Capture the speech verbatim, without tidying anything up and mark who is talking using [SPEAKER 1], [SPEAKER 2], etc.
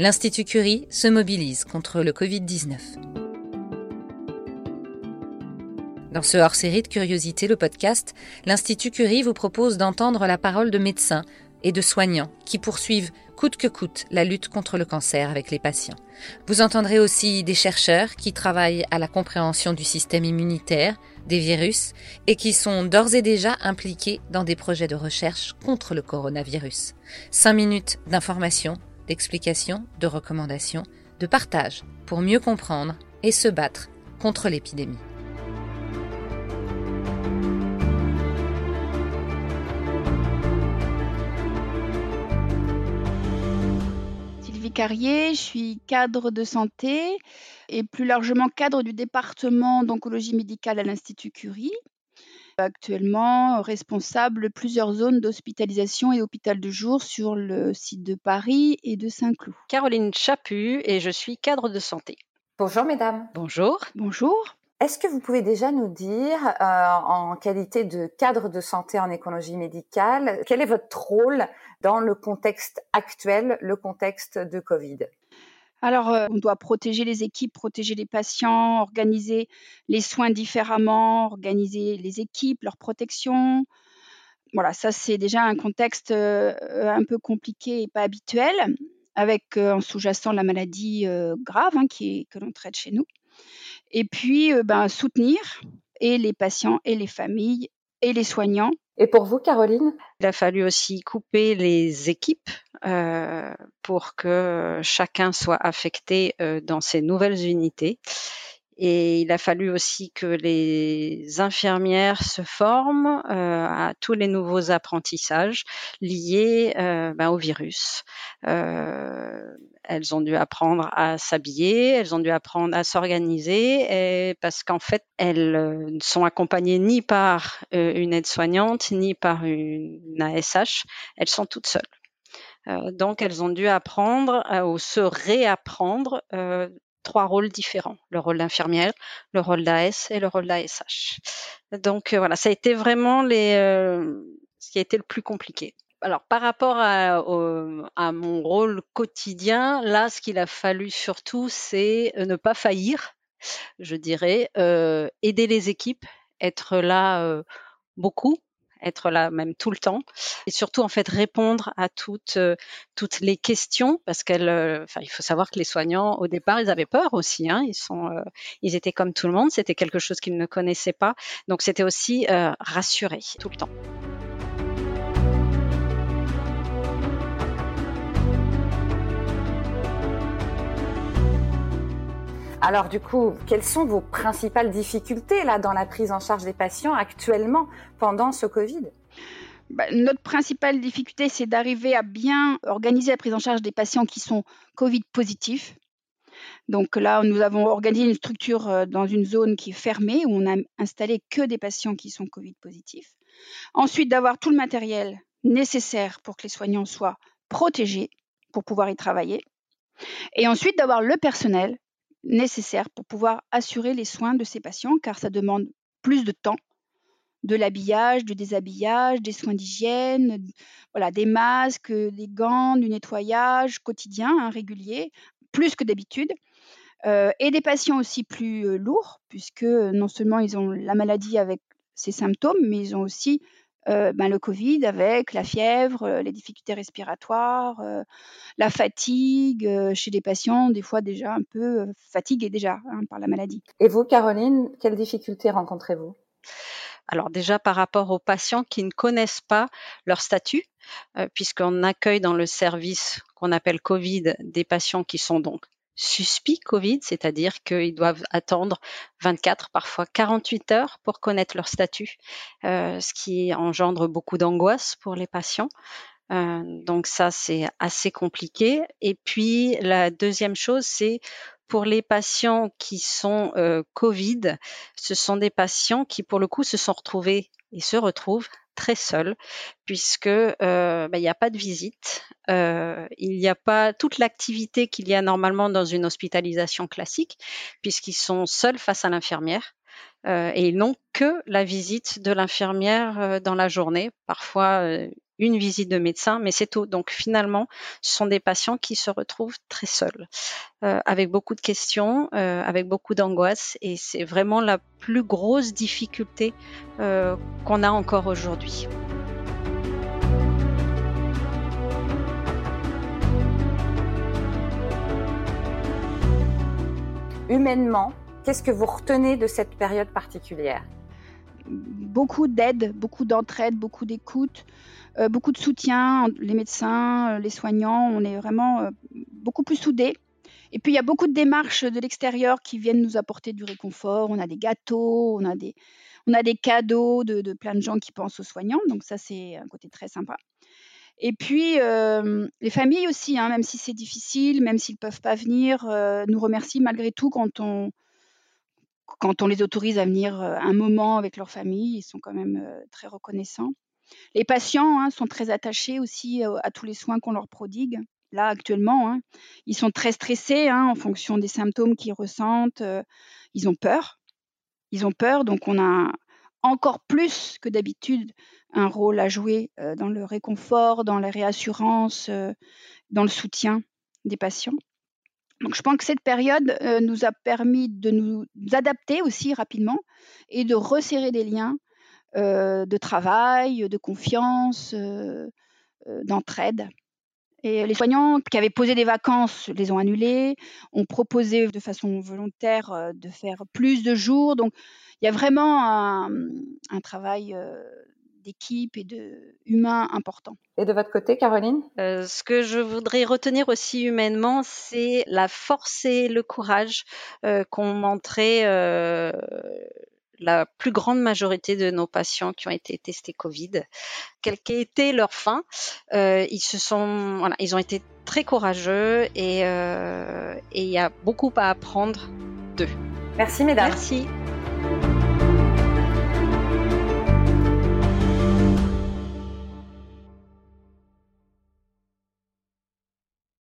[SPEAKER 1] l'Institut Curie se mobilise contre le covid dix-neuf. Dans ce hors-série de Curiosité, le podcast, l'Institut Curie vous propose d'entendre la parole de médecins et de soignants qui poursuivent coûte que coûte la lutte contre le cancer avec les patients. Vous entendrez aussi des chercheurs qui travaillent à la compréhension du système immunitaire, des virus, et qui sont d'ores et déjà impliqués dans des projets de recherche contre le coronavirus. Cinq minutes d'information, d'explication, de recommandations, de partage pour mieux comprendre et se battre contre l'épidémie.
[SPEAKER 2] Carrier, je suis cadre de santé et plus largement cadre du département d'oncologie médicale à l'Institut Curie. Actuellement responsable de plusieurs zones d'hospitalisation et d'hôpital de jour sur le site de Paris et de Saint-Cloud.
[SPEAKER 3] Caroline Chaput et je suis cadre de santé.
[SPEAKER 4] Bonjour mesdames.
[SPEAKER 3] Bonjour.
[SPEAKER 2] Bonjour.
[SPEAKER 4] Est-ce que vous pouvez déjà nous dire, euh, en qualité de cadre de santé en écologie médicale, quel est votre rôle dans le contexte actuel, le contexte de Covid ?
[SPEAKER 2] Alors, euh, on doit protéger les équipes, protéger les patients, organiser les soins différemment, organiser les équipes, leur protection. Voilà, ça c'est déjà un contexte euh, un peu compliqué et pas habituel, avec euh, en sous-jacent la maladie euh, grave hein, qui est, que l'on traite chez nous. Et puis, euh, ben, soutenir et les patients et les familles et les soignants.
[SPEAKER 4] Et pour vous, Caroline ?
[SPEAKER 3] Il a fallu aussi couper les équipes euh, pour que chacun soit affecté euh, dans ces nouvelles unités. Et il a fallu aussi que les infirmières se forment euh, à tous les nouveaux apprentissages liés euh, ben, au virus. Euh, elles ont dû apprendre à s'habiller, elles ont dû apprendre à s'organiser, et parce qu'en fait, elles ne sont accompagnées ni par euh, une aide-soignante, ni par une, une A S H, elles sont toutes seules. Euh, donc, elles ont dû apprendre euh, ou se réapprendre euh, trois rôles différents, le rôle d'infirmière, le rôle d'A S et le rôle d'A S H. Donc euh, voilà, ça a été vraiment les, euh, ce qui a été le plus compliqué. Alors par rapport à, au, à mon rôle quotidien, là ce qu'il a fallu surtout c'est ne pas faillir, je dirais, euh, aider les équipes, être là euh, beaucoup, être là même tout le temps et surtout en fait répondre à toutes euh, toutes les questions parce qu'elle euh, enfin il faut savoir que les soignants au départ ils avaient peur aussi hein, ils sont euh, ils étaient comme tout le monde, c'était quelque chose qu'ils ne connaissaient pas, donc c'était aussi euh, rassurer tout le temps.
[SPEAKER 4] Alors du coup, quelles sont vos principales difficultés là dans la prise en charge des patients actuellement pendant ce Covid ?
[SPEAKER 2] Bah, notre principale difficulté, c'est d'arriver à bien organiser la prise en charge des patients qui sont Covid positifs. Donc là, nous avons organisé une structure dans une zone qui est fermée, où on a installé que des patients qui sont Covid positifs. Ensuite, d'avoir tout le matériel nécessaire pour que les soignants soient protégés pour pouvoir y travailler. Et ensuite, d'avoir le personnel nécessaire pour pouvoir assurer les soins de ces patients, car ça demande plus de temps, de l'habillage, du déshabillage, des soins d'hygiène, voilà, des masques, des gants, du nettoyage quotidien, hein, régulier, plus que d'habitude. Euh, et des patients aussi plus euh, lourds, puisque non seulement ils ont la maladie avec ses symptômes, mais ils ont aussi euh, ben, le Covid avec la fièvre, euh, les difficultés respiratoires, euh, la fatigue euh, chez des patients, des fois déjà un peu euh, fatigués déjà hein, par la maladie.
[SPEAKER 4] Et vous, Caroline, quelles difficultés rencontrez-vous ?
[SPEAKER 3] Alors déjà par rapport aux patients qui ne connaissent pas leur statut, euh, puisqu'on accueille dans le service qu'on appelle Covid des patients qui sont donc suspects Covid, c'est-à-dire qu'ils doivent attendre vingt-quatre, parfois quarante-huit heures pour connaître leur statut, euh, ce qui engendre beaucoup d'angoisse pour les patients. Euh, donc ça, c'est assez compliqué. Et puis la deuxième chose, c'est pour les patients qui sont euh, Covid, ce sont des patients qui, pour le coup, se sont retrouvés et se retrouvent très seuls, puisque euh, bah, il n'y a pas de visite, euh, il n'y a pas toute l'activité qu'il y a normalement dans une hospitalisation classique, puisqu'ils sont seuls face à l'infirmière. Euh, et ils n'ont que la visite de l'infirmière euh, dans la journée, parfois euh, une visite de médecin, mais c'est tout. Donc finalement, ce sont des patients qui se retrouvent très seuls, euh, avec beaucoup de questions, euh, avec beaucoup d'angoisse, et c'est vraiment la plus grosse difficulté euh, qu'on a encore aujourd'hui.
[SPEAKER 4] Humainement, qu'est-ce que vous retenez de cette période particulière ?
[SPEAKER 2] Beaucoup d'aide, beaucoup d'entraide, beaucoup d'écoute, euh, beaucoup de soutien. Les médecins, les soignants, on est vraiment euh, beaucoup plus soudés. Et puis, il y a beaucoup de démarches de l'extérieur qui viennent nous apporter du réconfort. On a des gâteaux, on a des, on a des cadeaux de, de plein de gens qui pensent aux soignants. Donc ça, c'est un côté très sympa. Et puis, euh, les familles aussi, hein, même si c'est difficile, même s'ils ne peuvent pas venir, euh, nous remercient malgré tout quand on, quand on les autorise à venir euh, un moment avec leur famille. Ils sont quand même euh, très reconnaissants. Les patients hein, sont très attachés aussi euh, à tous les soins qu'on leur prodigue. Là, actuellement, hein, ils sont très stressés hein, en fonction des symptômes qu'ils ressentent. Euh, ils ont peur. Ils ont peur, donc on a encore plus que d'habitude un rôle à jouer euh, dans le réconfort, dans la réassurance, euh, dans le soutien des patients. Donc, je pense que cette période euh, nous a permis de nous adapter aussi rapidement et de resserrer des liens euh, de travail, de confiance, euh, euh, d'entraide. Et les soignants qui avaient posé des vacances les ont annulées, ont proposé de façon volontaire euh, de faire plus de jours. Donc, il y a vraiment un, un travail euh, d'équipe et de humain important.
[SPEAKER 4] Et de votre côté, Caroline ?
[SPEAKER 3] euh, Ce que je voudrais retenir aussi humainement, c'est la force et le courage euh, qu'ont montré euh, la plus grande majorité de nos patients qui ont été testés Covid. Quelle qu'ait été leur fin, euh, ils se sont, voilà, ils ont été très courageux et euh, et il y a beaucoup à apprendre d'eux.
[SPEAKER 4] Merci mesdames.
[SPEAKER 3] Merci.